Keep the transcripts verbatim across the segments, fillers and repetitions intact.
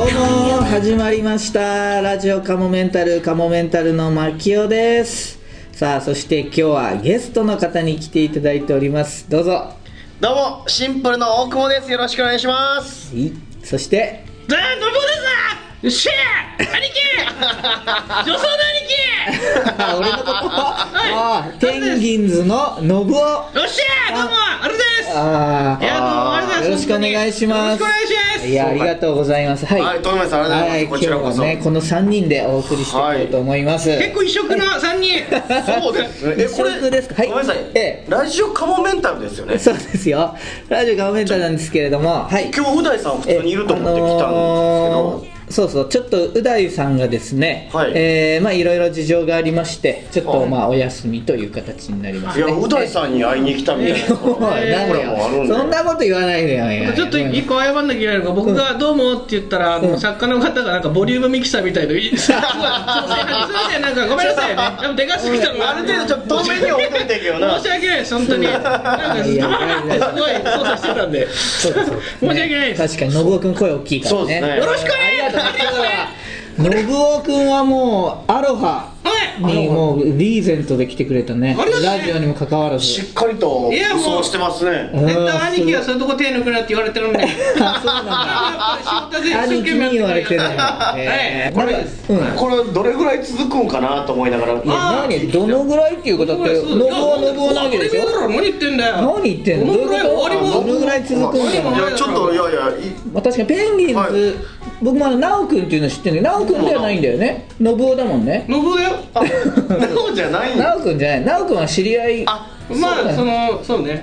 うも始まりましたラジオカモメンタルカモメンタルの牧雄です。さあそして今日はゲストの方に来ていただいております。どうぞ。 どうもシンプルの大久保です。よろしくお願いします。 はい、そしてどうもですよっしゃー兄貴女装の兄貴俺のことああペンギンズの信夫。 よっしゃーどうもあれです。 あいやどうもあれです。 よろしくお願いします。 よろしくお願いします。 いやありがとうございます。はい、 はい、とめさんありがとうございます。 はい、 こちらこそ今日はねこのさんにんでお送りしていこうと思います。 結構異色なさんにんそうですね。え、これ異色ですか。はい、 ごめんなさい、 ええ、 ラジオカモメンタルですよね。 そうですよ。ラジオカモメンタルなんですけれども、はい。 今日う大さん普通にいると思って来たんですけど、 あのーそうそう、ちょっとう大さんがですね、 はい、 えー、まあいろいろ事情がありましてちょっとまあお休みという形になりますね。 いやう大さんに会いに来たみたいなところえー、 これもあるんで、 そんなこと言わないでよ。いやちょっと一個謝んなきゃいけないのが、僕がどうもって言ったら、あの作家の方がなんかボリュームミキサーみたいで、すいません、なんかごめんなさいね。でもでかすぎたのがある程度ちょっと遠目に置いといてけどな。 申し訳ないです本当に。なんかバババってすごい操作してたんで。 そうですそうです、 申し訳ないです。 確かに信夫君声大きいからね。 そうですね。 よろしくお願いします。 信夫君はもうアロハにもうリーゼントで来てくれたね。ラジオにもかかわらずしっかりと武装してますね。 絶対兄貴はそういうとこ手抜くなって言われてるんで。 あ、そうなんだ。兄貴に言われてるのよ。 はい、 これ、うん、これどれぐらい続くんかなと思いながら。いや何どのぐらいっていうことだって信夫は信夫なわけでしょ。 何言ってんだよ。 何言ってんの。どのぐらい続くんかな。 いやちょっといやいや。 まあ確かにペンギンズ、僕もあの直君っていうの知ってるんだけど、直君ではないんだよね。信夫だもんね。 信夫だよ。 直じゃないんだ。 直君じゃない。直君は知り合い。 あ、まあそのそうね。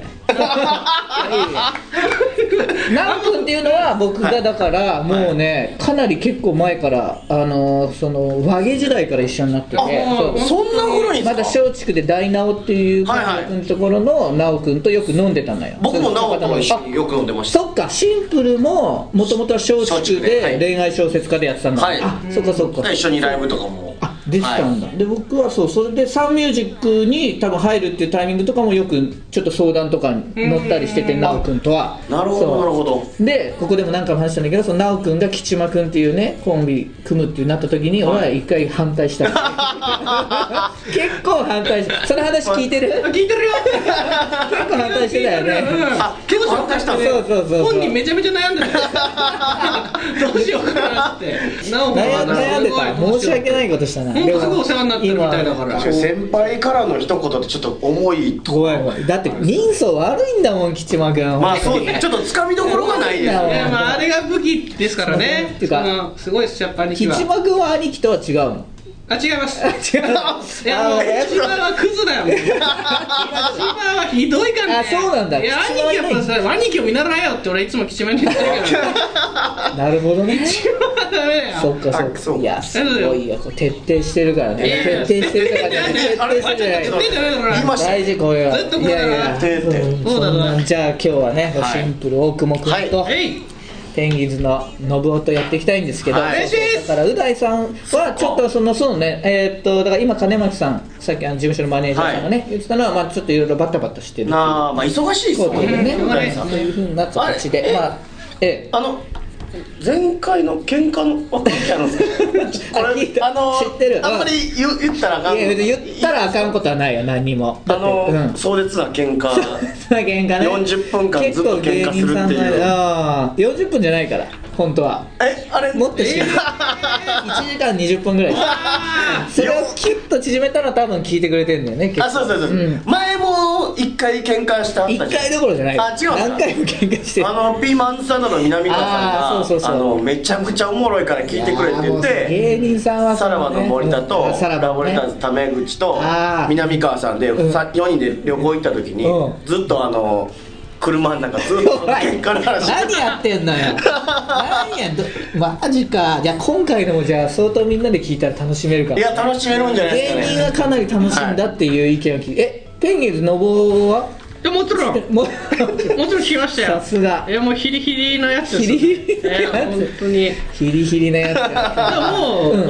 直君っていうのは僕がだからもうねかなり結構前からあのその和毛時代から一緒になってて、 そんな古いんですか。 まだ松竹で大直っていう君のところの直君とよく飲んでたのよ。 僕も直と一緒によく飲んでました。 そっか、シンプルももともとは松竹で恋愛小説家でやってたんだ。 はい、 あ、そっかそっか。 一緒にライブとかも出てたんだ、はい、で僕はそうそれでサンミュージックに多分入るっていうタイミングとかもよくちょっと相談とかに乗ったりしてて、直君とは。 なるほどなるほど。 でここでも何回も話したんだけど、その直君が吉間君っていうねコンビ組むってなった時に俺は一回反対した、はい、結構反対した。その話聞いてる？ 聞いてるよ。 結構反対してたよね。 あ、結構反対したんですよ。 そうそうそう、 本人めちゃめちゃ悩んでた。どうしようかなって。 悩んでた。申し訳ないことしたな。 すごいお世話になってるみたいだから。 先輩からの一言でちょっと重い。 怖い怖い。だって人相悪いんだもん吉間君。 まあそう、ちょっとつかみどころがないですね。 まああれが武器ですからね。っていうかすごいやっぱ兄貴は。 吉間君は兄貴とは違うの。 あ、違います。 違う。 いやもう一番はクズだよ。一番はひどいからね。 あ、そうなんだ。 いや兄貴やっぱさ、兄貴を見習えよって俺いつも吉間に言ってるけど。 なるほどね。 一番ダメだよ。 そっかそっか。いやすごいよ。徹底してるからね。徹底してるからね。徹底してるじゃない。 徹底じゃないから。 大事これは。 ずっとこれだな。 そうだな。じゃあ今日はねシンプル大久保君と。ペンギンズの信夫とやっていきたいんですけど、 はい、 だからう大さんはちょっとそのそうね、えー、っとだから今金巻さんさっきあの事務所のマネージャーさんがね、はい、言ってたのはまあちょっといろいろバタバタしてるあ、まあ忙しいですもんね。そういうふうな形でまあえあの前回の喧嘩の分かってあるんですか。これあの知ってる。 あんまり言言ったらあかん。 いや言ったらあかんことはないよ何にも。 あの、うん、壮絶な喧嘩。 喧嘩ね。 よんじゅっぷんかんずっと喧嘩するっていう。 ああ、よんじゅっぷんじゃないから本当は。 え、あれもっとしいちじかんにじゅっぷんぐらい。それをキュッと縮めたら多分聞いてくれてるんだよね。 あ、そうそうそう、うん、前も一回喧嘩した一回どころじゃない。 あ、違う。 何回も喧嘩してる。 あのピーマンサンドの南川さんがそうそうそう、 あのめちゃくちゃおもろいから聞いてくれって言って、 芸人さんは、ね、 さらばの森田と、 うん、ラブレターズタメ口と南川さんで、うん、よにんで旅行行った時に、うん、ずっとあの車の中ずっと喧嘩の話何やってんのよ。何やどマジか。じゃあ今回のもじゃあ相当みんなで聞いたら楽しめるから。 いや楽しめるんじゃないですかね。 芸人はかなり楽しんだっていう意見を聞いて、はい、えペンギンズ信夫はもちろんももちろん聞きましたよ。 さすが。 いやもうヒリヒリのやつです。 ヒリヒリのやつ。本当にヒリヒリのやつ。 でももう、うん、お家芸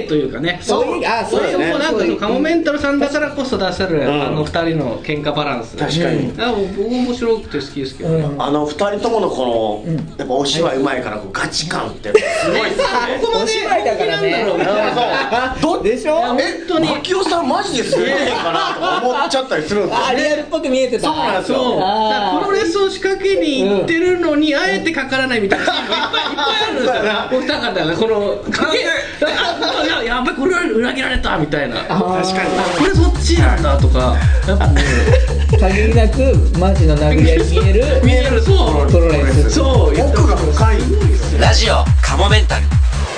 というかね、 そういうあそういうなんかそうカモメンタルさんだからこそ出せるあのふたりの喧嘩バランス、 確かにあ僕面白くて好きですけどね。 あのふたりとものこのやっぱお芝居うまいからガチ感ってすごいですよね。 ここまでだからね。 どうでしょ？ 本当に牧雄さんマジですげえかなとか思っちゃったりするんですよ。 あリアルっぽく見えてた。 そうなんですよ。 そう。だからプロレスを仕掛けに行ってるのにあえてかからないみたいなシーンがいっぱいいっぱいあるんですよ。お二方がこのかけややっぱりこれは裏切られたみたいな。 確かに。 これそっちなんだとか。やっぱもう限りなくマジの殴り合い見える見えるそうプロレス。 そう奥が深い。 ラジオカモメンタル。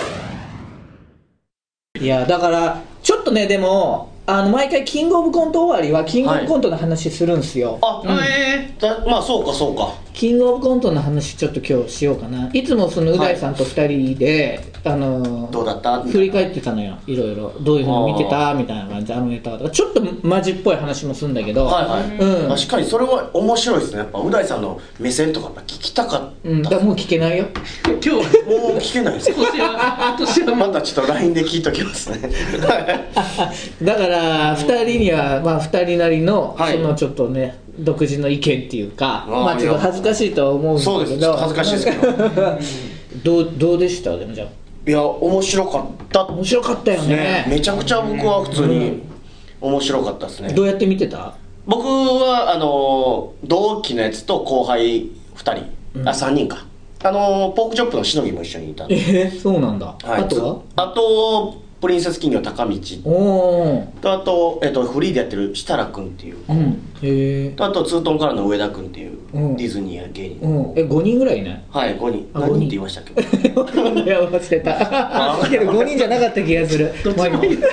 いやだからちょっとねでもあの毎回キングオブコント終わりはキングオブコントの話するんですよ、 はい、あ、うん、えー、まあそうかそうか。 キングオブコントの話ちょっと今日しようかな。いつもそのう大さんとふたりで、はい、あのどうだった振り返ってたのよ。いろいろどういうの見てたみたいな感じで、あのネタとかちょっとマジっぽい話もするんだけど、 はいはい、うん、確かにそれは面白いですね。やっぱう大さんの目線とかやっぱ聞きたかった、 うん、だからもう聞けないよ今日もう聞けないですよまたちょっと ライン で聞いときますねだからふたりにはまあふたりなりの、はい、そのちょっとね独自の意見っていうか、まあちょっと恥ずかしいとは思うんだけど、 そうです恥ずかしいですけどどうどうでしたでもじゃあ。 いや面白かった面白かったよね。 めちゃくちゃ僕は普通に面白かったですね。 どうやって見てた？ 僕はあの同期のやつと後輩ふたり、うん、あさんにんか、あのポークチョップのしのぎも一緒にいたんで。 えー、そうなんだ、はい、あとは？ あとプリンセス金魚高道と、あと、えっと、フリーでやってる設楽君っていう、うん、へとあとツートンからの上田君っていう、うん、ディズニーや芸人、 うん、えごにんぐらいね。 はいごにん。何人って言いましたっけ？ いや忘れたけどごにんじゃなかった気がする。どっちでもいいどっ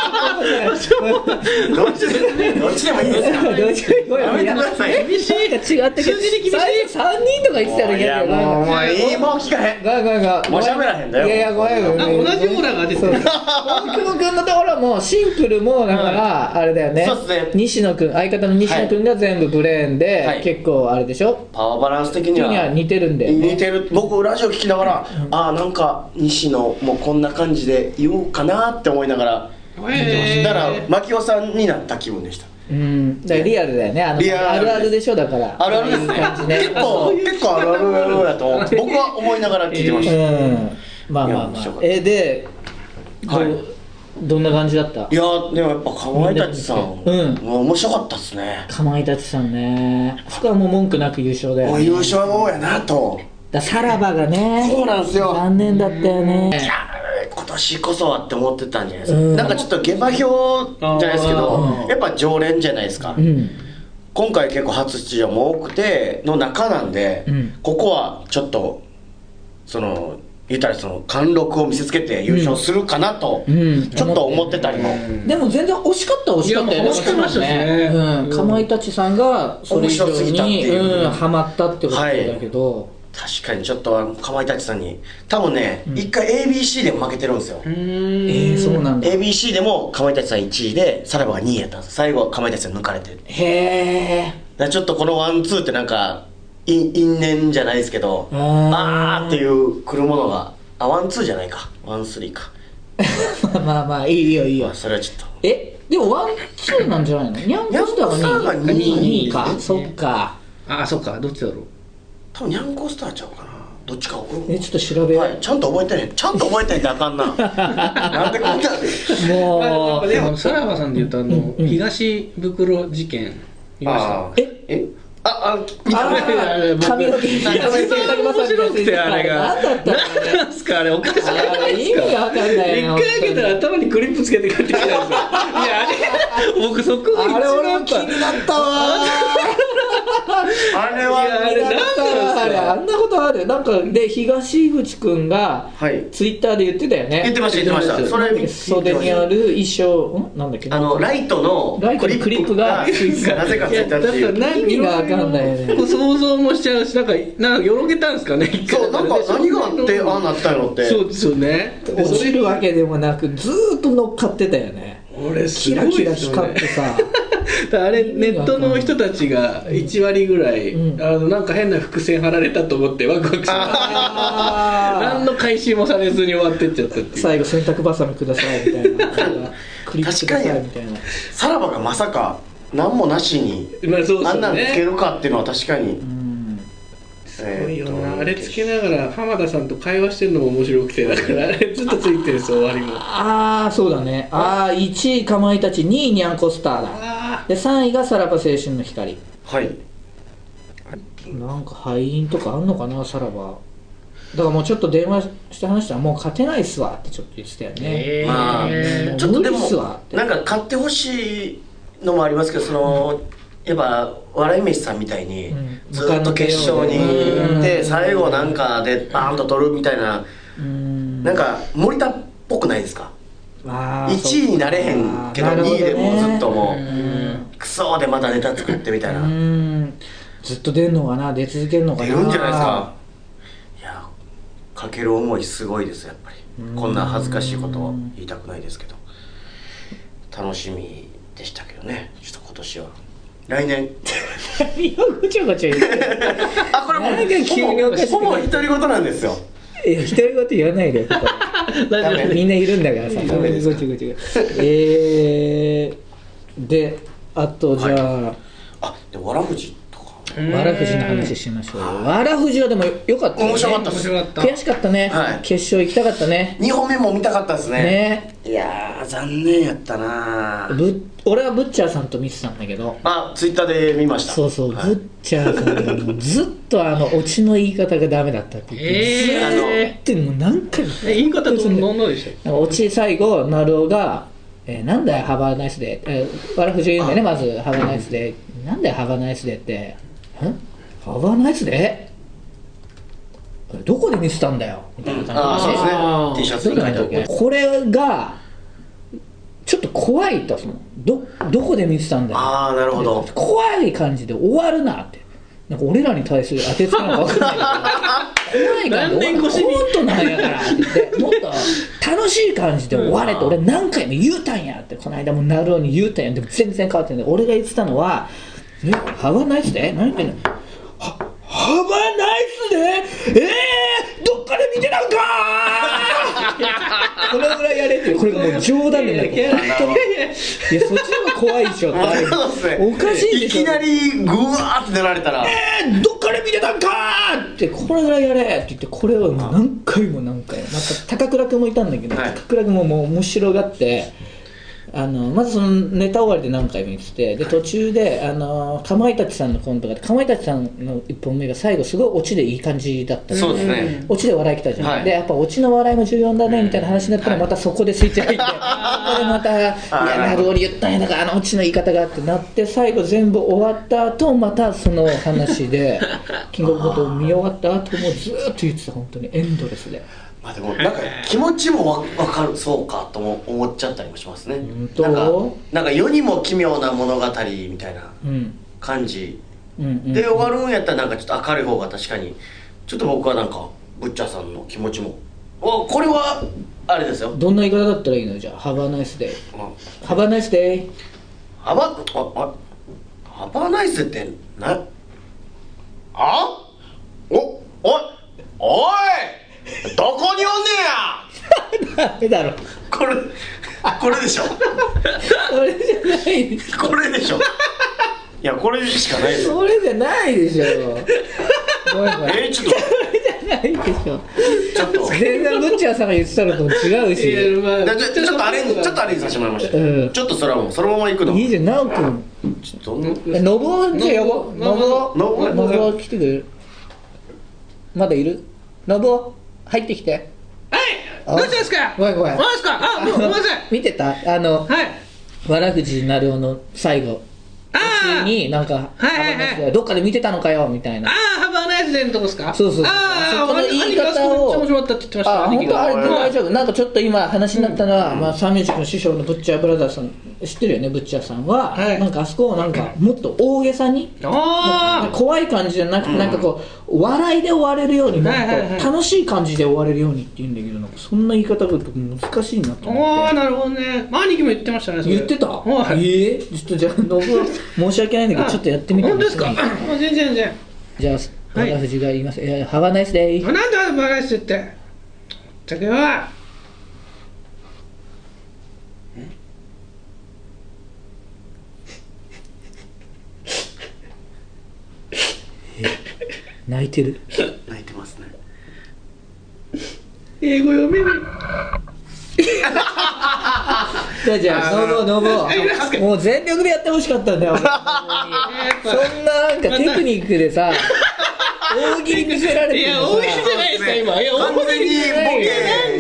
ちでもいいですか？どっちでもいい。やめてください。厳しい。違ったけど最初さんにんとか言ってたら嫌だよ。 もうもういいもう聞かへん。 ガーガーガー。 もう喋らへんだよ。 いやいやごめんごめん。 同じオーラが出てる。 大久保君のところもシンプルもだからあれだよね。 そうですね。 西野君相方の西野君が全部ブレーンで結構あれでしょ。 パワーバランス的には似てるんだよね。 似てる。僕ラジオ聞きながらああなんか西野もこんな感じで言おうかなって思いながら聞いてました。だから牧雄さんになった気分でした。 うん、だからリアルだよね。あのリアルあるあるでしょ。だからあるあるですね。結構結構あるあるだと僕は思いながら聞いてました。 うん、まあまあまあ。えで、はい、ど, どんな感じだった？ いやでもやっぱかまいたちさん、うん、面白かったっすね。 かまいたちさんね。そこはもう文句なく優勝だよね。 優勝やなと。 ださらばがね。 そうなんですよ。 残念だったよね。 いや今年こそはって思ってたんじゃないですか。なんかちょっと下馬評じゃないですけど、やっぱ常連じゃないですか。うん、今回結構初出場も多くての中なんで、うん、ここはちょっとその言ったらその貫禄を見せつけて優勝するかなと、うん、ちょっと思ってたりも、うん、 でも全然惜しかった惜しかったよね。 惜しかったですね。 うん、かまいたちさんがそれ以上にうん、ハマったってことだけど、はい、 確かにちょっとかまいたちさんに多分ね一、うん、回 エービーシー でも負けてるんですよ。 うーん、えー、そうなんだ。 エービーシー でもかまいたちさんいちいでさらばがにいやったんです。最後はかまいたちさん抜かれて。 へえ。 ちょっとこのワンツーってなんか因縁じゃないですけど、あーっていう来るものが、あワンツーじゃないかワンスリーかまあまあいいよいいよ、まあ、 それはちょっとえでもワンツーなんじゃないの？ニャンコスターがにいか。そっか。 あそっか。どっちだろう。 多分ニャンコスターちゃうかな。どっちかえちょっと調べよう、 はい、ちゃんと覚えてねちゃんと覚えてないとあかんななんでこんなもうでもさらばさんで言うとあの、うんうん、東袋事件見ました？ ええあああ髪の毛面白くてあれが何なんすかあれおかしくないですか？ 意味が分かんないよ。 一回開けたら頭にクリップつけて帰ってきたんですよ。いやあれ僕そこが一番あれ俺も気になったわあれはあれなんだあれあんなことある。なんかで東口くんがツイッターで言ってたよね。 言ってました言ってました。それ袖にある衣装なんだっけあのライトのクリップがなぜかついたっていう。 意味が分かんないよね。 想像もしちゃうしなんかなんかよろけたんですかね。 そうなんか何があってああなったのって。 そうですよね。 落ちるわけでもなくずーっと乗っかってたよね。 俺すごいキラキラ光ってさあれネットの人たちがいち割ぐらい、うん、あのなんか変な伏線張られたと思ってワクワクしました何の回収もされずに終わってっちゃったっていう。 最後洗濯バサミくださいみたいなクリップくださいみたいな。 さらばがまさか何もなしに、まあそうですね、あんなんつけるかっていうのは確かに、うん、 すごいよな、えー、あれつけながら浜田さんと会話してるのも面白くて、だからあれずっとついてるんですよ終わりも。 ああそうだね。ああいちいかまいたち、にいにゃんこスターだ。でさんいがさらば青春の光。 はい。 なんか敗因とかあんのかなさらば。だからもうちょっと電話して話したらもう勝てないっすわってちょっと言ってたよね。 えー、まあちょっとでもなんか勝ってほしいのもありますけど、そのやっぱ笑い飯さんみたいにずっと決勝に行って最後なんかでバーンと取るみたいな、なんか森田っぽくないですか。いちいになれへんけどにいでもうずっともうクソでまたネタ作ってみたいな。 ずっと出るのかな、出続けるのかな。 出るんじゃないですか。いやかける思いすごいですやっぱり。こんな恥ずかしいことを言いたくないですけど楽しみでしたけどね。ちょっと今年は来年何をごちゃごちゃ言ってあこれもうほぼ独り言なんですよ。 いや独り言言わないでみんないるんだからさ。ごちゃごちゃごちゃえー、であとじゃああでわらふじわらふじの話しましょうよ。わらふじはでも良かったよね。 面白かったです。 悔しかったね、はい、決勝行きたかったね。 にほんめも見たかったですね。ねいやー残念やったな。 ぶ俺はブッチャーさんと見てたんだけど、 あツイッターで見ました。 そうそう、はい、ブッチャーさんがずっとあのオチの言い方がダメだったって言って、えー、ずっともう何回も言い方どんなでしたオチ最後なるおがえー、なんだよハバーナイスデー、えー、わらふじ言うんだよね。まずハバーナイスデー、なんだよハバーナイスデーって、んハバーナイスデーどこで見せたんだよみたいな感じで、ね、 あ T シャツに書いてある。 これがちょっと怖いと、その ど, どこで見せたんだよ。 ああなるほど。 怖い感じで終わるなって、なんか俺らに対する当てつけなのか分かんないけど怖い感じでコントなんやからって言って、もっと楽しい感じで終われって俺何回も言うたんやって、この間もなるおに言うたんや。でも全然変わってない。俺が言ってたのはえハバナイスで何言ってんの、はハバナイスでえー、どっかで見てたんかーこのぐらいやれっていう、これがもう冗談でない。いや本当にいやそっちの方が怖いでしょっておかしいでしょ。 いきなりグワーって出られたらえー、どっかで見てたんかーってこれぐらいやれって言って、これをもう何回も何回もまた高倉君もいたんだけど、はい、高倉君ももう面白がってあのまずそのネタ終わりで何回も言ってて、で途中であのかまいたちさんのコントがあって、かまいたちさんのいっぽんめが最後すごいオチでいい感じだった。 そうですね、 オチで笑いきたじゃん、はい、でやっぱオチの笑いも重要だねみたいな話になったらまたそこでスイッチ入って、はい、これまたいやなるおり言ったんやだからあのオチの言い方がってなって、最後全部終わった後またその話でキングオブコントを見終わった後もずっと言ってた。本当にエンドレスで。 まあでもなんか気持ちも分かるそうかとも思っちゃったりもしますね。なんかなんか世にも奇妙な物語みたいな感じ、うんうんうん、で終わるんやったらなんかちょっと明るい方が確かにちょっと僕はなんかブッチャーさんの気持ちもおこれはあれですよ。 どんな言い方だったらいいのじゃあ。ハバーナイスデー、ハバーナイスデー、 ハバあハバーナイスってなあおおいおいどこにおんねやダメだろこれこれでしょそれじゃないでしょこれでしょいやこれしかないです。 それじゃないでしょごめんごめんえー、ちょっとそれじゃないでしょ。 ちょっと全然ブッチャーさんが言ってたのと違うしいや、まあ、ちょ, ちょっとアレンジちょっとアレンジさせてもらいました、うん、ちょっとそれはもうそのまま行くのいいじゃん。なおくんちょっとのぼおじゃあ呼ぼう。のぼおのぼお来てくれる。まだいるのぼお入ってきて。 はいどうしたんですか。 ごめんごめん何ですか。あもうごめんなさい見てたあの、はい、わらふじなるおの最後あになんか、はいはいはい、どっかで見てたのかよみたいな。 ああハバーナイスデーのとこですか。 そうそうそう。 あそこの言い方を面白かったって言ってました。 あ本当あれ大丈夫。なんかちょっと今話になったのは、うん、まあサンミュージックの師匠のブッチャーブラザーさん知ってるよね、ブッチャーさんは、 はい、 なんかあそこをなんかもっと大げさに、あ怖い感じじゃなくて、うん、なんかこう笑いで終われるように、もっと楽しい感じで終われるようにって言うんだけど、なんかそんな言い方が難しいなと思って。 ああ、なるほどね。まあ兄貴も言ってましたね。それ言ってた。はい、ええー、ちょっとじゃあノブ申し訳ないんだけどちょっとやってみて。 本当ですか。全然全然。 じゃあ和田藤が言います。え、ハバナイスデイ。 なんでハバナイスって。だけは。 泣いてる。 泣いてますね。 英語読めない。 じゃあじゃあノブノブもう全力でやってほしかったんだよ。そんななんかテクニックでさ大喜利見せられてる。 いや大喜利じゃないですか今。いや大喜利じゃない。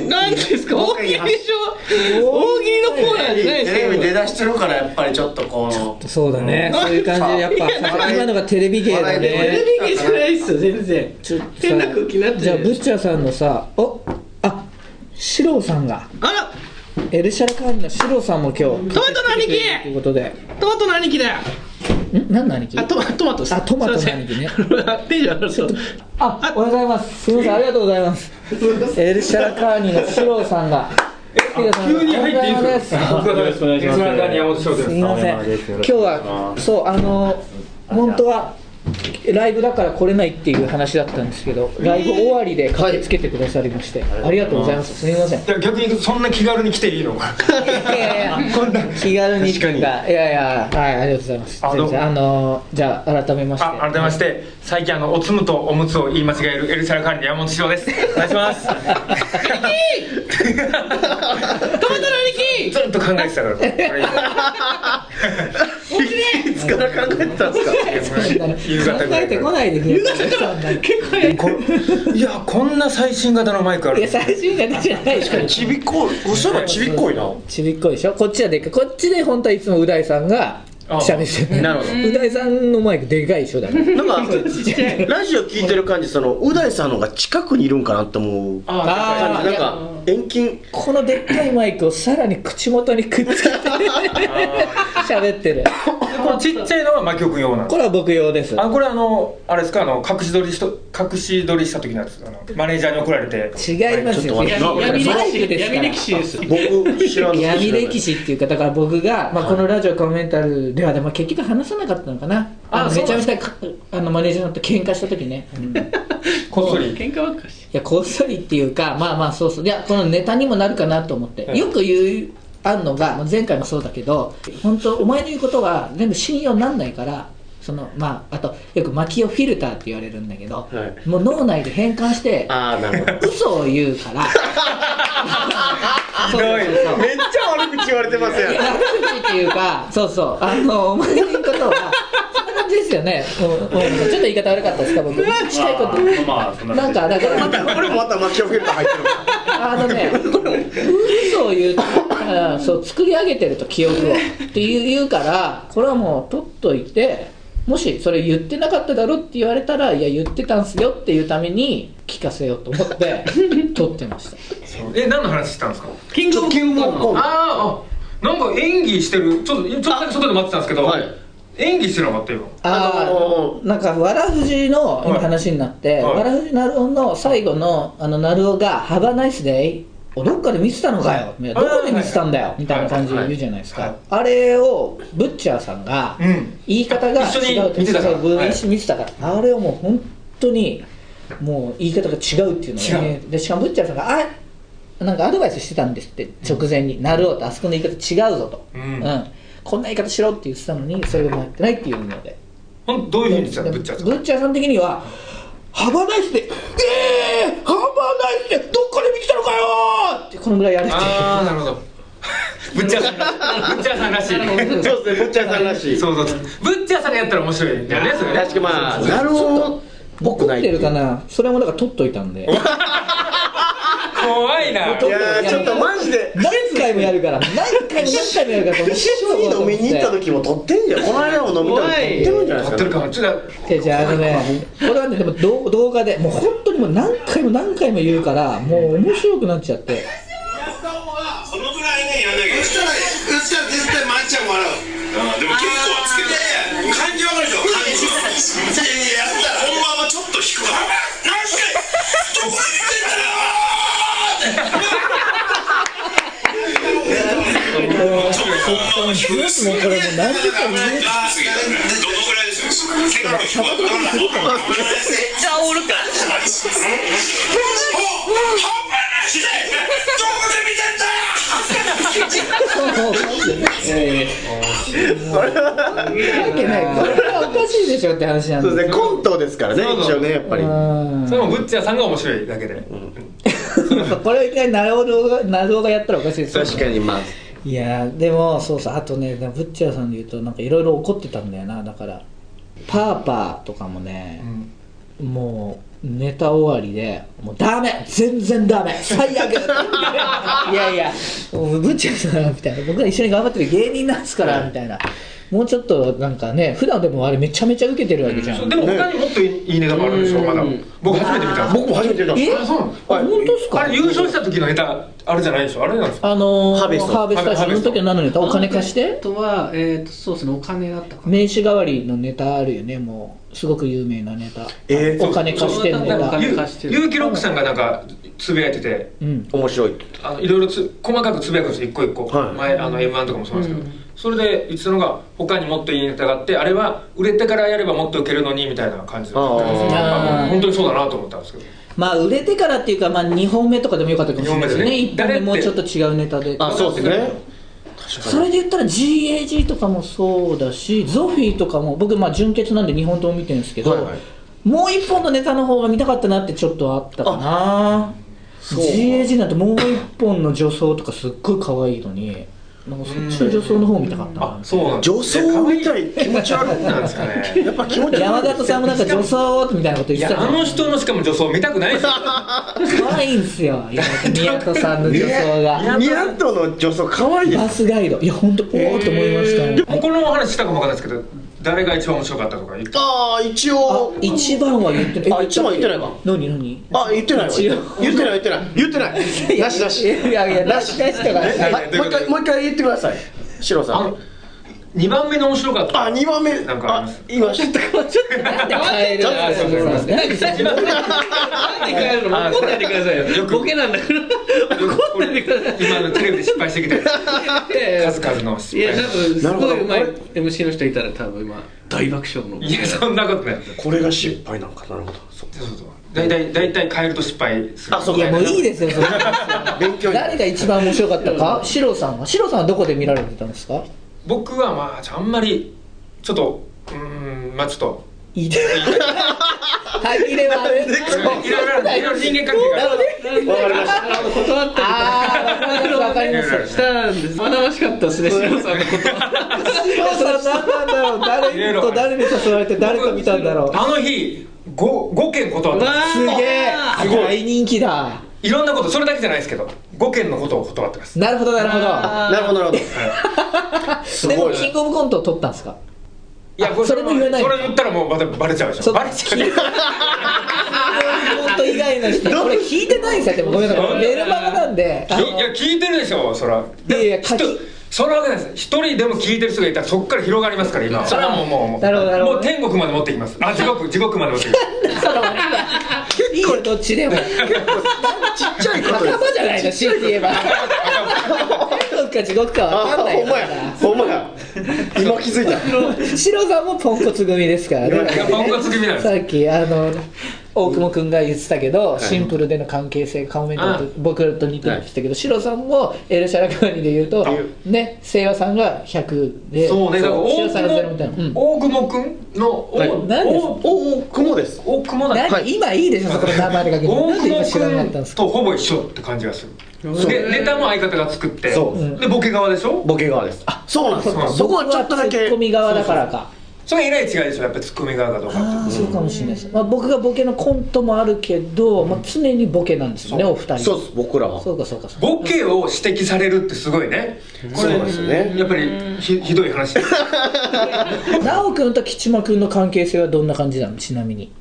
なんですか大喜利でしょ。大喜利のコーナーじゃないですか。 テレビ出だしてるからやっぱりちょっとこのそうだね、そういう感じでやっぱ今のがテレビ芸だね。 テレビ芸じゃないっすよ全然。変な空気になってる。 じゃあブッチャーさんのさ、おあシローさんがあらエルシャラカーニのシローさんも今日トマトの兄貴ということで。 トマトの兄貴だよ。 ん何の兄貴？ あトマトマトあトマトの兄貴ね。 テンション上がるとあおはようございます。すみませんありがとうございます。エルシャラカーニのシローさんが急に入っていいですか？よろしくお願いします。 すみません今日はそうあの本当はライブだから来れないっていう話だったんですけど、ライブ終わりで駆けつけてくださりまして、ありがとうございます。すみません。 いや逆にそんな気軽に来ていいのか。 いやいやこんな気軽にっていうか、いやいやはいありがとうございます。あのあのじゃあ改めましてあ改めまして最近あのおつむとおむつを言い間違えるエルシャラカーニの山本志郎です。お願いします。兄貴。トマトの兄貴。ずっと考えてたから。 いつから考えてたんですか。 夕方ぐらい。 考えてこないでください。 結構早い。 いやこんな最新型のマイクある。 いや最新型じゃない。 確かにちびっこい。おしゃれちびっこいな。 ちびっこいでしょ。こっちはでかい。こっちで本当はいつもう大さんが喋ってる。 なるほど。 う大さんのマイクでかいでしょだから。 なんかラジオ聞いてる感じそのう大さんのが近くにいるんかなって思う。ああなんか遠近。 このでっかいマイクをさらに口元にくっつけて喋ってる。 このちっちゃいのはマキオ君用なんです。 これは僕用です。 あこれあのあれですかあの隠し撮りしと隠し撮りした時のやつあのマネージャーに怒られて。 違いますよ。 闇歴史です。 僕知らない。 闇歴史っていうかだから僕がまあこのラジオコメンタルではでも結局話さなかったのかな。あのめちゃめちゃあのマネージャーのと喧嘩した時ね。 こっそり喧嘩ばっかし。 いやこっそりっていうかまあまあそうそういやこのネタにもなるかなと思って、よく言うあんのが前回もそうだけど本当お前の言うことは全部信用なんないからそのまああとよくマキオフィルターって言われるんだけど、はい、もう脳内で変換してあなるほど嘘を言うからひどいめっちゃ悪口言われてますよね。 悪口っていうかそうそうあのお前の言うことはそんな感じですよね。もうもうちょっと言い方悪かったですか僕近いこと、まあ、なんかだからまたこれもまたマキオフィルター入ってるあのね嘘を言うからそう作り上げてると記憶をって言うからこれはもう取っといてもしそれ言ってなかっただろって言われたらいや言ってたんすよっていうために聞かせようと思って撮ってました。 え何の話したんですか。 キングオブコント。 ああなんか演技してるちょっとちょっとだけ外で待ってたんですけど、はい、演技してなかったよ。 ああなんかわらふじの今話になって、はい、わらふじなるおの最後のあのなるおがハバナイスデイどっかで見てたのかよどこで見てたんだよみたいな感じで言うじゃないですか。あれをブッチャーさんが言い方が違うって見てたから一緒に見てたからあれをもう本当にもう言い方が違うっていうのをねでしかもブッチャーさんがあなんかアドバイスしてたんですって直前になるおとあそこの言い方違うぞと、うんうん、こんな言い方しろって言ってたのにそれがもやってないっていうのでどういうふうに言ってたのブッチャーさん。 ブッチャーさん的にはハバナイスでえーハバナイスでどっかで見てたのかよってこのぐらいやれてああなるほどブッチャーさんブッチャーさんらしいそうですねブッチャーさんらしいそうそうブッチャーさんがやったら面白いんだよねそれ確かにまあなるほど怒ってるかなそれもだから取っといたんで怖いな。いやちょっとマジで何回もやるから何回も何回もやるから一緒に飲みに行った時も撮ってんじゃん。この間も飲みたら撮ってるんじゃないですか。撮ってるかも。 ちょっとじゃああのねこれはねでも動画でもう本当にもう何回も何回も言うからもう面白くなっちゃってそのぐらいねやんなきゃそしたらそしたら絶対マッチ笑う。でも結構はつけて感じ分かるでしょ。感じやったら本番はちょっと低くなる。何してどこで見てんだよもうこれもう何時間見えどのぐらいですよ。結構低くなる。めっちゃおるから。半端なしでどこで見てんだよ。 それはおかしいでしょって話なんです。 そうですね、コントですからね、一応ね、やっぱり。 それもブッチャーさんが面白いだけで、 これを一回なるほどなるほどやったらおかしいですよね。 確かに。まあいやでもそうそう、あとねブッチャーさんで言うとなんかいろいろ怒ってたんだよな。だからパーパーとかもね、うん、もうネタ終わりでもうダメ、全然ダメ、最悪いやいやもうブッチャーさんみたいな、僕が一緒に頑張ってる芸人なんですからみたいな、もうちょっとなんかね、普段でもあれめちゃめちゃ受けてるわけじゃん、うん、 でも他にもっといいネタもあるんでしょ。まだ僕初めて見た。 僕も初めて見た。 えあ、そうなの。 あ、本当ですか。 あれ優勝した時のネタあるじゃないでしょ。あれなんですか。 あのー、 ハーベストハーベスト大賞の時の何のネタ、お金貸して。 あとはえっとそうですね、お金だったかな。 名刺代わりのネタあるよね、もうすごく有名なネタ。 えー、 お金貸してるネタ。 金貸してる。 ゆうきロックさんがなんかつぶやいてて、 うん、 面白い。 あのいろいろつ細かくつぶやくんですよ、一個一個、はい、前あの エムワン とかもそうなんですけど、うん、それで言ってたのが他にもっといいネタがあって、あれは売れてからやればもっとウケるのにみたいな感じで、本当にそうだなと思ったんですけど、 まあ売れてからっていうか、まあ、にほんめとかでもよかったかもしれないですね。いっぽんめもうちょっと違うネタで。 あ、そうですね。 それで言ったら ジーエージー とかもそうだし、ゾフィーとかも僕まあ純潔なんでにほんとも見てるんですけど、はいはい、もういっぽんのネタの方が見たかったなってちょっとあったかな。 ジーエージー なんてもういっぽんの女装とかすっごい可愛いのに、なんかそっちの女装の方見たかったな。 あ、そうなん女装みたい、気持ち悪いなんですかね。やっぱ気持ち悪い。 山里さんもなんか女装みたいなこと言ってた。 いや、あの人のしかも女装見たくないですよ。 可愛いんですよ、宮戸さんの女装が。 宮戸の女装可愛いです。 バスガイド、いや本当おーって思いました。 でもこのお話したかもわかんないですけど、誰が一番面白かったとか言って。 ああ、一応一番は言ってない。 あ、一番言ってないか。 何何。 あ、言ってないわ。言ってない言ってない言ってない。なしなし。 いやいや、なしなしとか。 もう一回もう一回言ってください。シロさん。 にばんめの面白かった。 あ、にばんめなんかあります。 今ちょっとちょっとなんで変えるの。なんで変えるの。怒んないでくださいよ。ボケなんだから。怒んないでください。 今のテレビで失敗してきて数々の失敗。 いや、多分すごいうまい エムシー の人いたら多分今大爆笑の。 いや、そんなことない。 これが失敗なのか。なるほど。 そうそうそう。大体大体変えると失敗する。 あ、そうか。いやもういいですよ。それ勉強。 誰が一番面白かったか。シロさんは。シロさんはどこで見られてたんですか。 僕はまああんまりちょっとうーんまあちょっといい歯切れはね、 いろいろ人間関係がわかりました。 断ったりとか。 ああ、わかりました。 したんです。学ばしかったですね、シロさんのこと。 シロさん何なんだろう。誰と誰に誘われて誰と見たんだろう。 あの日ごごけん断った。 すげえ。大人気だ。 いろんなこと、それだけじゃないですけどごけんのことを断ってます。 なるほどなるほどなるほどなるほど。 でもキングオブコントを取ったんですか。 いや、それも言えない。それ言ったらもうまたバレちゃうでしょ。バレちゃう。キングオブコント以外の人これ聞いてないんですよ。でもごめんなさい、メルマガなんで。 いや聞いてるでしょ、そら。 いやいや書きそのわけないです。一人でも聞いてる人がいたらそこから広がりますから今。それはもうもうなるほどなるほど。 もう天国まで持ってきます。あ、地獄地獄まで持ってきます。 いいよどっちでも。ちっちゃいことです。仲間じゃないの、強いて言えば。天国か地獄かわかんないから。 ほんまや。今気づいた。 シロさんもポンコツ組ですからね。 ポンコツ組なんです。 さっきあの大久保君が言ってたけど、シンプルでの関係性カモメントと僕らと似てるって言ったけど、シロさんもエルシャラカーニで言うとね、セイワさんがひゃくで、 そうね、だからシロさんがゼロみたいな。 大久保君の何です大久保です。 大久保だ。 今いいでしょ、そこの名前でかけて。 大久保君とほぼ一緒って感じがする。でネタも相方が作って、でボケ側でしょ。 ボケ側です。あ、そうなんですか。そこはちょっとだけツッコミ側だからか。 それえらい違いでしょ、やっぱりツッコミ側かどうか。 ああ、そうかもしれないです。まあ僕がボケのコントもあるけど、まあ常にボケなんですよね、お二人。 そうです、僕らは。 そうかそうか。 ボケを指摘されるってすごいね。 これですね。 やっぱりひひどい話。 奈緒くんと吉間くんの関係性はどんな感じなの、ちなみに。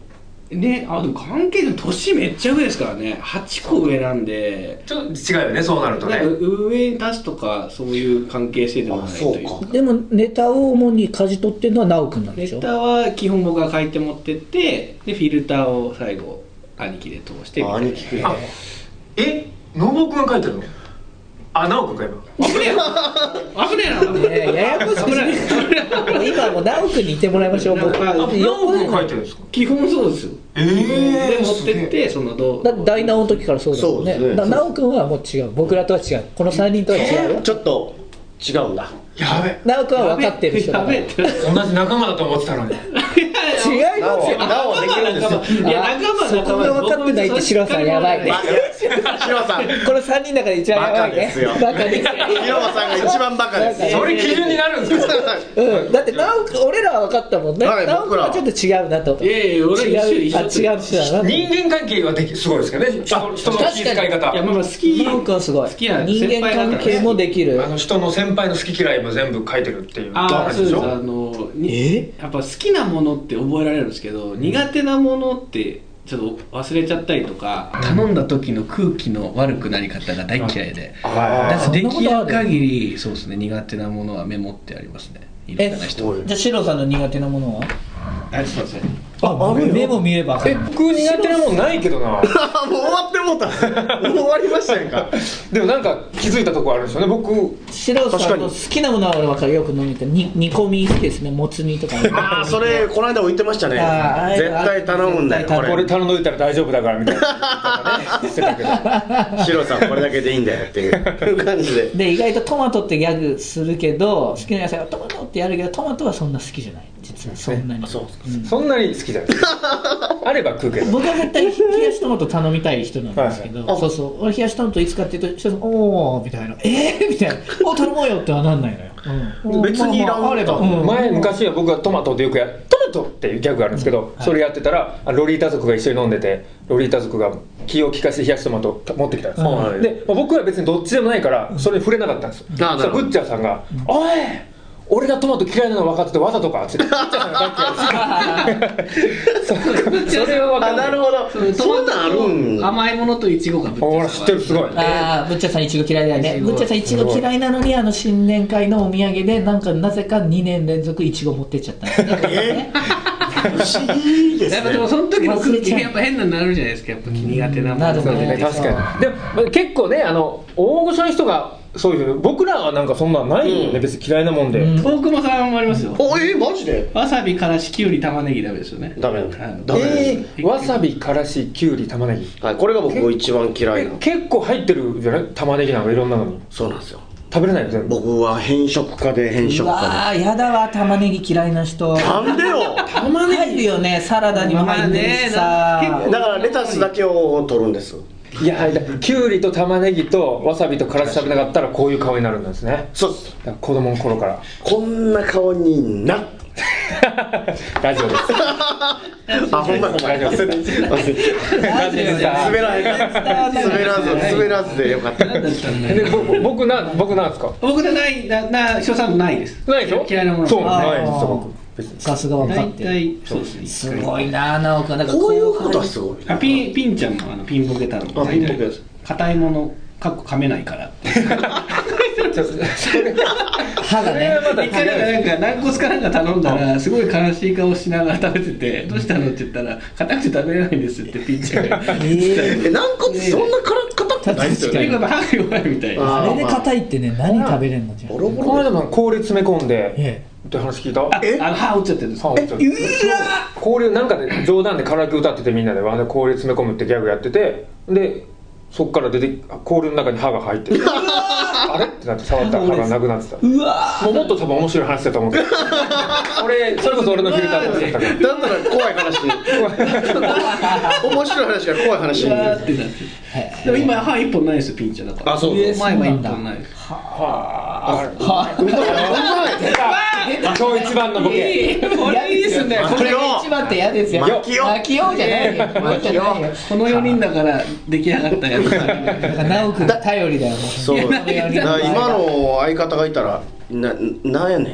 ね、あでも関係で年めっちゃ上ですからね、はちこ上なんでちょっと違うよね、そうなるとね。 なんか上に立つとかそういう関係性でもないというか。 でもネタを主に舵取ってるのは直くんなんでしょ。 ネタは基本僕が書いて持ってってでフィルターを最後兄貴で通してみたいな。 兄貴あえのぼくんが書いてるの？あ、直くんか今。 危ねえ危ねえな。 ねややこしくない。今もう直くんにいてもらいましょう。僕あ、直くん書いてるんですか？ 基本そうですよ。 えー、 で持ってってそのどうだ大直の時からそうだもんね。 そうですねだ直くんはもう違う。僕らとは違う。このさんにんとは違うよ。 ちょっと違うんだ。 やべ、 直くんは分かってる人だから。 やべえって同じ仲間だと思ってたのに。 違いますよ。 なおできるんですよ。 いや仲間そこが分かってないってシロさんやばいね。 シロさんこのさんにんの中で一番やばいね。 バカですよバカですよ。 ヒロマさんが一番バカです。 それ基準になるんですか？ うん、だって直くん俺らは分かったもんね。 はい直くんはちょっと違うなと。 いやいや俺一緒違う一緒あ違う人だなと。 人間関係はできすごいですけどね。人人の気遣い方。 いやまあまあ好き直くんはすごい。 好きな人間関係もできる。 あの人の先輩の好き嫌いも全部書いてるっていう。 ああそうです。あょのにえやっぱ好きなものって覚えられるんですけど苦手なものってちょっと忘れちゃったりとか、頼んだ時の空気の悪くなり方が大嫌いで、だからできる限りそうですね苦手なものはメモってありますね。いろえんな人。 じゃあシロさんの苦手なものは？ あそうですね。 あ、メモ見れば。 え、僕苦手なもんないけどな。 もう終わってもうた。もう終わりましたやんか。 でもなんか気づいたとこあるんですよね。僕シロさんの好きなものは俺分かる。よく飲みてに煮込み好きですね。もつ煮とか。 ああ、それこの間も言ってましたね。 あー絶対頼むんだよ。ここれれ頼んどいたら大丈夫だからみたいな言ってたけど。 シロさんこれだけでいいんだよっていう感じで。 で意外とトマトってギャグするけど好きな野菜はトマトってやるけどトマトはそんな好きじゃない。実はそんなに。 そううんそんなに好きじゃない。あれば食うけど。 僕は絶対冷やしトマト頼みたい人なんですけど、 はいそうそう俺冷やしトマトいつかっていうと人おーみたいなえーみたいなお頼もうよってはなんないのよ、うん、 別にいらんまあまああれば、うん前昔は僕はトマトでよくやトマトっていうギャグがあるんですけど、それやってたらロリータ族が一緒に飲んでてロリータ族が気を利かせて冷やしトマトを持ってきたんですよ、 はいで、まあ僕は別にどっちでもないからそれに触れなかったんですよ、 あなるほどそしたらブッチャーさんが「おい俺がトマト嫌いなの分かっててわざとか」ってブッチャーさんが大嫌いですそれは分かあ、 んなないるほど。そんなんあるん。 甘いものとイチゴがぶっちゃ俺知ってるすごいああ、ぶっちゃさんいちご嫌いだよね。ぶっちゃさんいちご嫌いなのにあの新年会のお土産でなんかなぜかにねん連続いちご持ってっちゃったんですね。 え不思議ですやっぱでね。 もその時の空気がやっぱ変なになるじゃないですか。やっぱ苦手なものなるほどね確かに。でも結構ねあの大御所の人がそういう、僕らはなんかそんなんないよね、 うん別に嫌いなもんで、 うん大久保さんもありますよ。 お、えー、マジでわさびからしきゅうり玉ねぎダメですよね。 ダメはいダメえー、わさびからしきゅうり玉ねぎはい、これが僕一番嫌いなえ結構入ってるじゃない玉ねぎなんかいろんなのにそうなんですよ。 食べれないよ全部僕は変色家で変う色わ家ーやだわ玉ねぎ嫌いな人。 でなんでよ。 玉ねぎ入るよねサラダにも入ってるしさ。 まあねだからレタスだけを取るんです。 いやだきゅうりと玉ねぎとわさびとからし食べなかったらこういう顔になるんですねそうっす。 だから子供の頃からこんな顔になっラジオですあ、ほんまほんまラジオです忘れてたラジオでした滑らへん滑らず滑らずでよかった。 何だったんだでよ。 ぼ僕な僕なんですか僕じゃないなな翔さんもないです。 ないでしょ嫌いなもの。 そうあーないですよ僕別にさすが分か大ってる。 体そうですね。 すごいな直くん。なんかこういうことはすごい。 あピンピンちゃんもあのピンボケ太郎。 あピンボケです硬いものかっこ噛めないからって。 ちょそれ歯がね。 また一回なんか軟骨かなんか頼んだらすごい悲しい顔しながら食べててどうしたのって言ったら硬くて食べれないんですってピンちゃんが。 えーえ、軟骨そんなから硬くないですよね。 結構歯が弱いみたいな。 ああれで硬いってね何食べれんのじゃん。 ボロボこのロ。 間も氷詰め込んでえって話聞いたああの歯折っちゃってるんですか。 歯折っちゃって氷なんかで冗談でカラオケ歌っててみんなでわーで氷詰め込むってギャグやっててでそっから出て氷の中に歯が入ってるあれってなって触ったら歯がなくなってたうわもうもっと多分面白い話だと思うけど俺それこそ俺のフィルターでやったからだったら怖い話。面白い話が怖い話にうわなる。 ーってなって。でも今歯一本ないですよピンちゃんだから。 あ、そうそう。 前は一本ないです。 あうまい。うまい。 今日一番のボケこれいいですね。 これが一番って嫌ですよ。 巻きよ巻きようじゃないよ。巻きよう。 このよにんだから出来上がったやつ。 なんか直くん頼りだよもう。 そう。だから今の相方がいたらな、なんやねん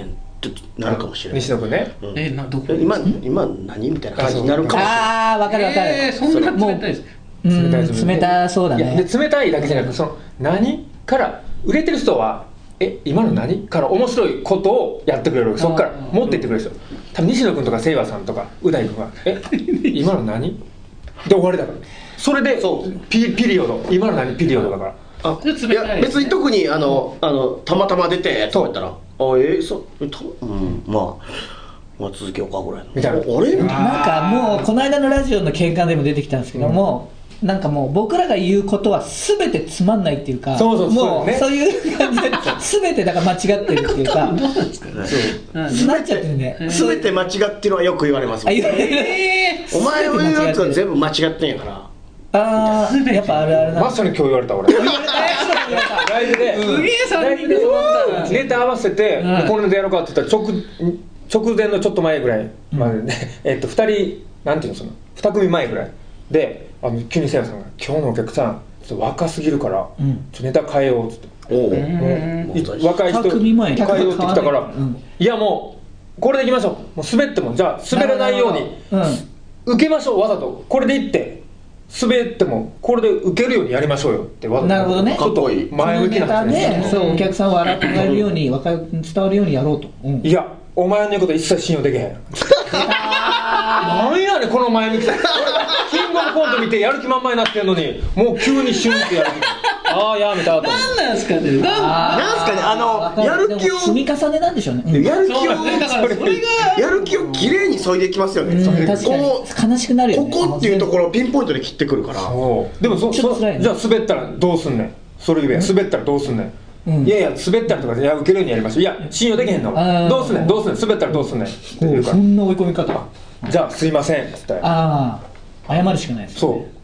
ってなるかもしれない。 西野君ね、 うん、 えなどこ今今何みたいな感じになるかもしれない。 ああ分かる分かる、 えー、そんな冷たいですか。 冷たい冷たそうだね。 いやで冷たいだけじゃなくて、その何から売れてる人はえ今の何から面白いことをやってくれる、そこから持っていってくれる人、多分西野君とか清和さんとかう大君はえ今の何で終わりだから、それでそうピ, ピリオド今の何ピリオドだから。 あいや別に特にあのあのたまたま出てとか言ったら、あえー、そえたうんまあまあ続けようかぐらいのみたいな。 あれなんかもうこの間のラジオの喧嘩でも出てきたんですけども、うん、なんかもう僕らが言うことは全てつまんないっていうか、 そうそうそうもうそういう感じで全てだから間違ってるっていうか、どうなんですかね。そうなっちゃってるね。 全て間違ってるのはよく言われます。 あ言われる。 お前の言うやつは全部間違ってんやから。 ああやっぱあるあるな。 まさに今日言われた俺。ライブで、 すげえさんにんでネタ合わせて、うん、このネタやろうかって言ったら直直前のちょっと前ぐらいまでね、うん、えっとふたりなんていうのそのに組前ぐらいで、あの急にせいやさんが今日のお客さんちょっと若すぎるから、うん、ちょっとネタ変えようっつって、おう若い人変えようってきたから、うん、いやもうこれでいきましょう、もう滑ってもじゃあ滑らないように、うん、受けましょう、わざとこれでいって滑ってもこれで受けるようにやりましょうよってわざと。 なるほどね。 ちょっと前向きなんですね。 そうお客さんを笑ってもらえるように、若い伝わるようにやろうと、うん、 いやお前の言うこと一切信用できへん何やねんこの前向きさキングオブコント見てやる気満々になってんのにもう急にシュンってやるああやめたと。 何なんすかね。 なんすかね、あのやる気を積み重ねなんでしょうね、うん、 やる気をだからそれがやる気を綺麗に削いでいきますよね、うん、 確かに悲しくなるよね。 ここっていうところをピンポイントで切ってくるから。 でもそそじゃあ滑ったらどうすんねん、それ言え、滑ったらどうすんねん、うん、いやいや滑ったらとかいや受けるようにやりましょう、いや信用できへんの、どうすんねんどうすんねん滑ったらどうすんねんって言うから、 そんな追い込み方。 じゃあすいませんっつって、 ああ謝るしかないです、ね、 そう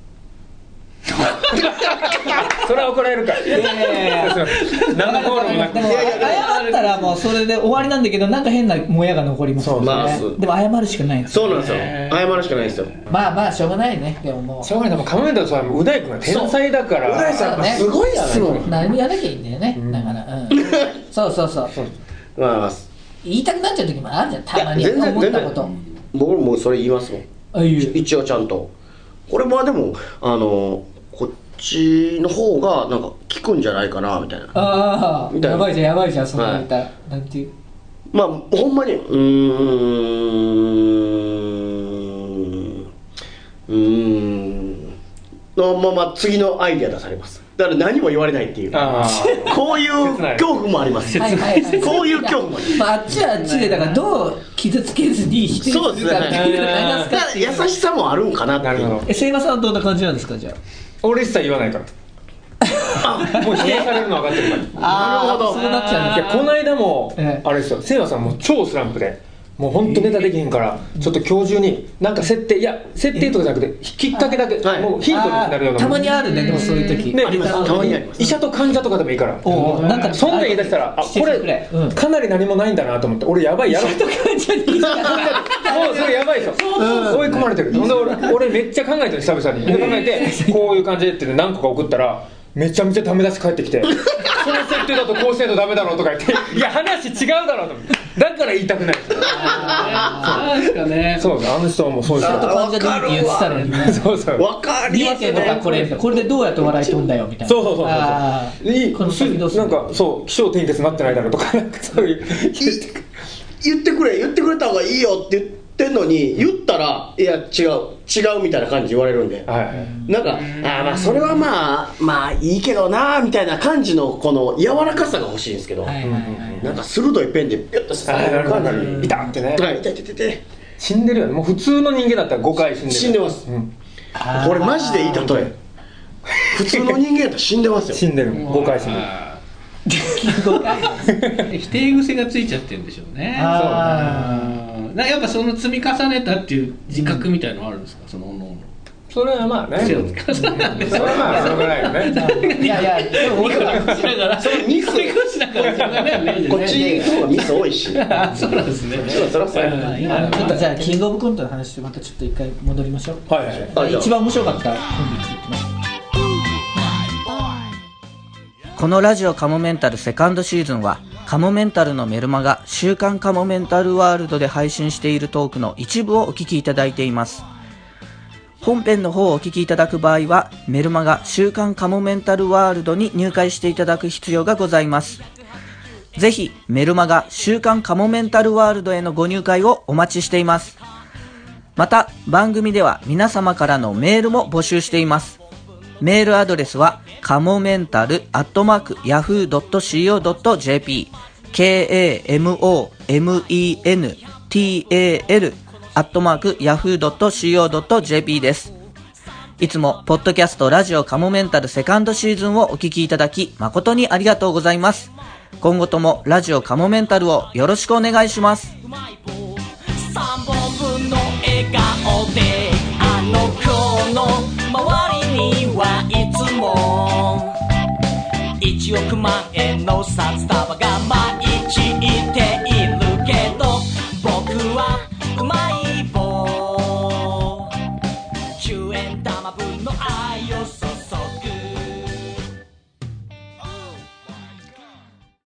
それは怒られるから。いやいやいや何のゴールもなくて、 謝ったらもうそれで終わりなんだけど、なんか変なもやが残りますよね。まあ、でも謝るしかないんですよ。 そうなんですよ、謝るしかないですよ。 まあまあしょうがないね。でももうしょうがない。でもカモメンタルさんう大君が天才だから、 う大さんすごいやない。何もやらなきゃいいんだよね、うん、だから、うん、そうそうそうまあ言いたくなっちゃう時もあるじゃん、たまに思ったこと。 僕もそれ言いますもん。あ一応ちゃんとこれはでもあのこっちの方がなんか効くんじゃないかなみたいな。ああやばいじゃんやばいじゃんそんな言ったら、はい、なんていうまあほんまにうーんうーんのまま次のアイデア出されます。だから何も言われないっていう、こういう恐怖もあります。はいはいはい、こういう恐怖もあります。まあ、あっちはあっちでだからどう傷つけずに否定するかっていうのがありますかっていう。優しさもあるんかなっていう。え、セイマさんはどんな感じなんですかじゃあ。俺一切言わないから。あ、もう否定されるの分かってるから。なるほど。そうなっちゃうんです。いやこの間もあれですよ。セイマさんも超スランプで。もう本当ネタできへんから、ちょっと今日中になんか設定、いや設定とかじゃなくてきっかけだけ、もうヒントになるような。たまにあるね、でもそういう時ね、たまにあります。医者と患者とかでもいいから、なんかそんなん言い出したら、あこれかなり何もないんだなと思って、俺やばいやろ。医者と患者にもうそれやばいでしょ。追い込まれてる。俺めっちゃ考えてる久々に。考えてこういう感じでって何個か送ったら。めちゃめちゃダメ出し返ってきてその設定だとこうせんとダメだろうとか言っていや話違うだろうと思ってだから言いたくないそうですかね。そうあの人はもうそうですよ。患者で言ってたのにね。そうそう分かりますね。これこれでどうやって笑い飛んだよみたいな。そうそうそうそういいこの先どうするなんかそう起承転結になってないだろうとかなんかそういう言ってくれ言ってくれた方がいいよって言ってってんのに言ったらいや違う違うみたいな感じ言われるんで、はい、なんかあまあそれはまあまあいいけどなみたいな感じのこの柔らかさが欲しいんですけど、はいはいはい、なんか鋭いペンでピュッとされる感じビタッてね、はい、痛い痛い痛い痛い死んでるよね。もう普通の人間だったらごかい死んでる。死んでます、うん、これマジでいい例え普通の人間だったら死んでますよ。死んでるごかい死んでる否定癖がついちゃってるんでしょうね。ああやっぱその積み重ねたっていう自覚みたいなのあるんですか、うん、そのおのおの。それはまあね。それはまあしょうがないよね。いやいやでも僕はしながらそのミスしながらしょうがないよね。こっちの方がミス多いし。そうなんですね。それはそう。ちょっとじゃあキングオブコントの話でまたちょっと一回戻りましょう。はいはい。一番面白かったコンビにいきます。このラジオカモメンタルセカンドシーズンはカモメンタルのメルマガ週刊カモメンタルワールドで配信しているトークの一部をお聞きいただいています。本編の方をお聞きいただく場合はメルマガ週刊カモメンタルワールドに入会していただく必要がございます。ぜひメルマガ週刊カモメンタルワールドへのご入会をお待ちしています。また番組では皆様からのメールも募集しています。メールアドレスはカモメンタルアットマークヤフードットシーオードットジェーピー ケーエーエムオーエムイーエヌティーエーエル アットマークヤフードットシーオードットジェーピー です。いつもポッドキャストラジオカモメンタルセカンドシーズンをお聞きいただき誠にありがとうございます。今後ともラジオカモメンタルをよろしくお願いします。 さんぼんぶんの笑顔であの子の周りにはいつもいちおくまん円の札束